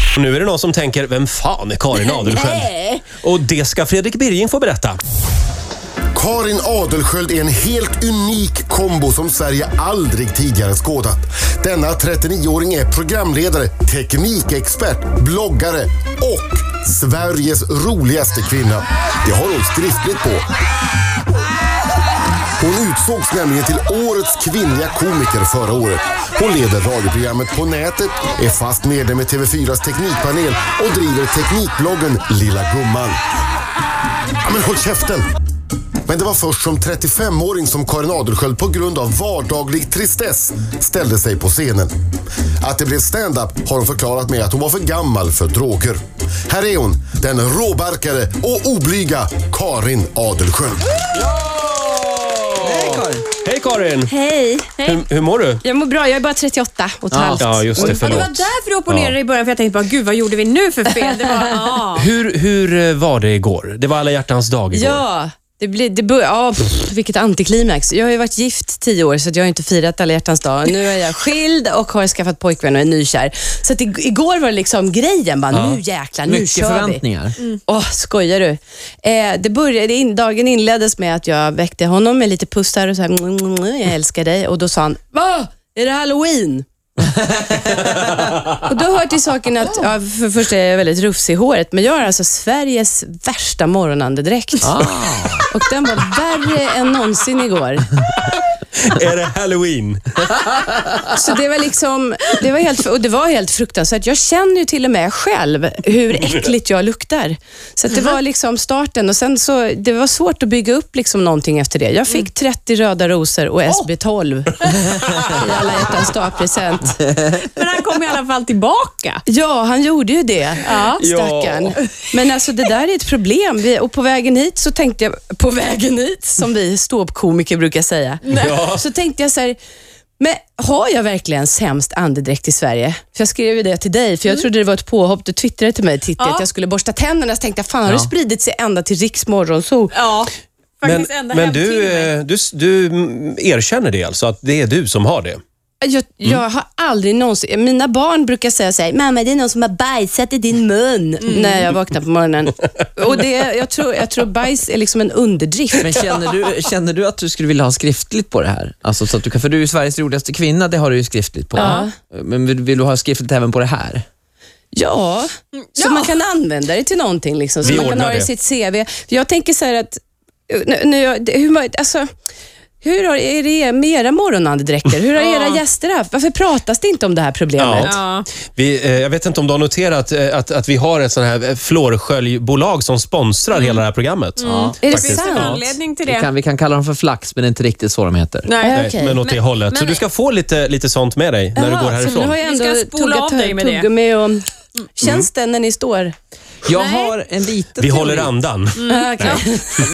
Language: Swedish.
Nu är det någon som tänker, vem fan är Karin Adelsköld? Och det ska Fredrik Birging få berätta. Karin Adelsköld är en helt unik kombo som Sverige aldrig tidigare skådat. Denna 39-åring är programledare, teknikexpert, bloggare och Sveriges roligaste kvinna. Det har hon skriftligt på. Hon utsågs nämligen till årets kvinnliga komiker förra året. Hon leder radioprogrammet På nätet, är fast medlem i TV4s teknikpanel och driver teknikbloggen Lilla Gumman. Ja, men håll käften! Men det var först som 35-åring som Karin Adelsköld på grund av vardaglig tristess ställde sig på scenen. Att det blev stand-up har hon förklarat med att hon var för gammal för droger. Här är hon, den råbarkare och oblyga Karin Adelsköld. Hej Karin! Hej Karin! Hej. Hur mår du? Jag mår bra, jag är bara 38 och ett halvt. Ja, just det, förlåt. Det var därför du opponerade i början, för jag tänkte bara, gud vad gjorde vi nu för fel? Det var, Hur var det igår? Det var alla hjärtans dag igår. Ja, vilket antiklimax. Jag har ju varit gift 10 år så jag har inte firat alla hjärtans dag. Nu är jag skild och har skaffat pojkvän och är nykär. Så att igår var det liksom grejen, bara, nu jäklar, nu mycket kör förväntningar. vi. Skojar du? Dagen inleddes med att jag väckte honom med lite pussar och så här, jag älskar dig. Och då sa han, va? Är det Halloween? Och då hör till saken att för det första är jag väldigt rufsig i håret, men jag har alltså Sveriges värsta morgonandedräkt. Och den var värre än någonsin igår. Är det Halloween? Så det var liksom, det var helt fruktansvärt. Jag känner ju till och med själv hur äckligt jag luktar. Så att det var liksom starten, och sen så det var svårt att bygga upp liksom någonting efter det. Jag fick 30 röda rosor och SB12 i alla hjärtans dag-present. men han kom i alla fall tillbaka. Ja, han gjorde ju det. Stackarn. Ja. Men alltså det där är ett problem. Och på vägen hit så tänkte jag, som vi ståuppkomiker brukar säga. Ja. Så tänkte jag så här, men har jag verkligen sämst andedräkt i Sverige? För jag skrev ju det till dig, för jag trodde det var ett påhopp. Du twittrade till mig, Titti, att jag skulle borsta tänderna. Så tänkte jag, fan, har det spridit sig ända till Riksmorgon? Så. Ja, faktiskt ända hem till mig. Du erkänner det alltså, att det är du som har det? Jag har aldrig någonsin... Mina barn brukar säga så här, mamma, det är någon som har bajsat i din mun när jag vaknar på morgonen. Och jag tror bajs är liksom en underdrift. Men känner du att du skulle vilja ha skriftligt på det här? Alltså, så att för du är ju Sveriges roligaste kvinna, det har du ju skriftligt på. Ja. Men vill du ha skriftligt även på det här? Ja, så man kan använda det till någonting. Liksom, så man kan ha det i sitt CV. Jag tänker så här att... Hur är det med era morgonandedräkter? Hur har era gäster haft? Varför pratas det inte om det här problemet? Ja. Jag vet inte om du har noterat att vi har ett sån här flårsköljbolag som sponsrar hela det här programmet. Är det Finns det en anledning till det? Vi kan kalla dem för flax, men det är inte riktigt så de heter. Nej. Okej. Men åt det hållet. Så du ska få lite sånt med dig när du går Så nu härifrån. har jag ändå Vi ska spola av dig med det. tuggummi och... Känns det när ni står? Jag har en liten Vi teori. håller andan. Okej.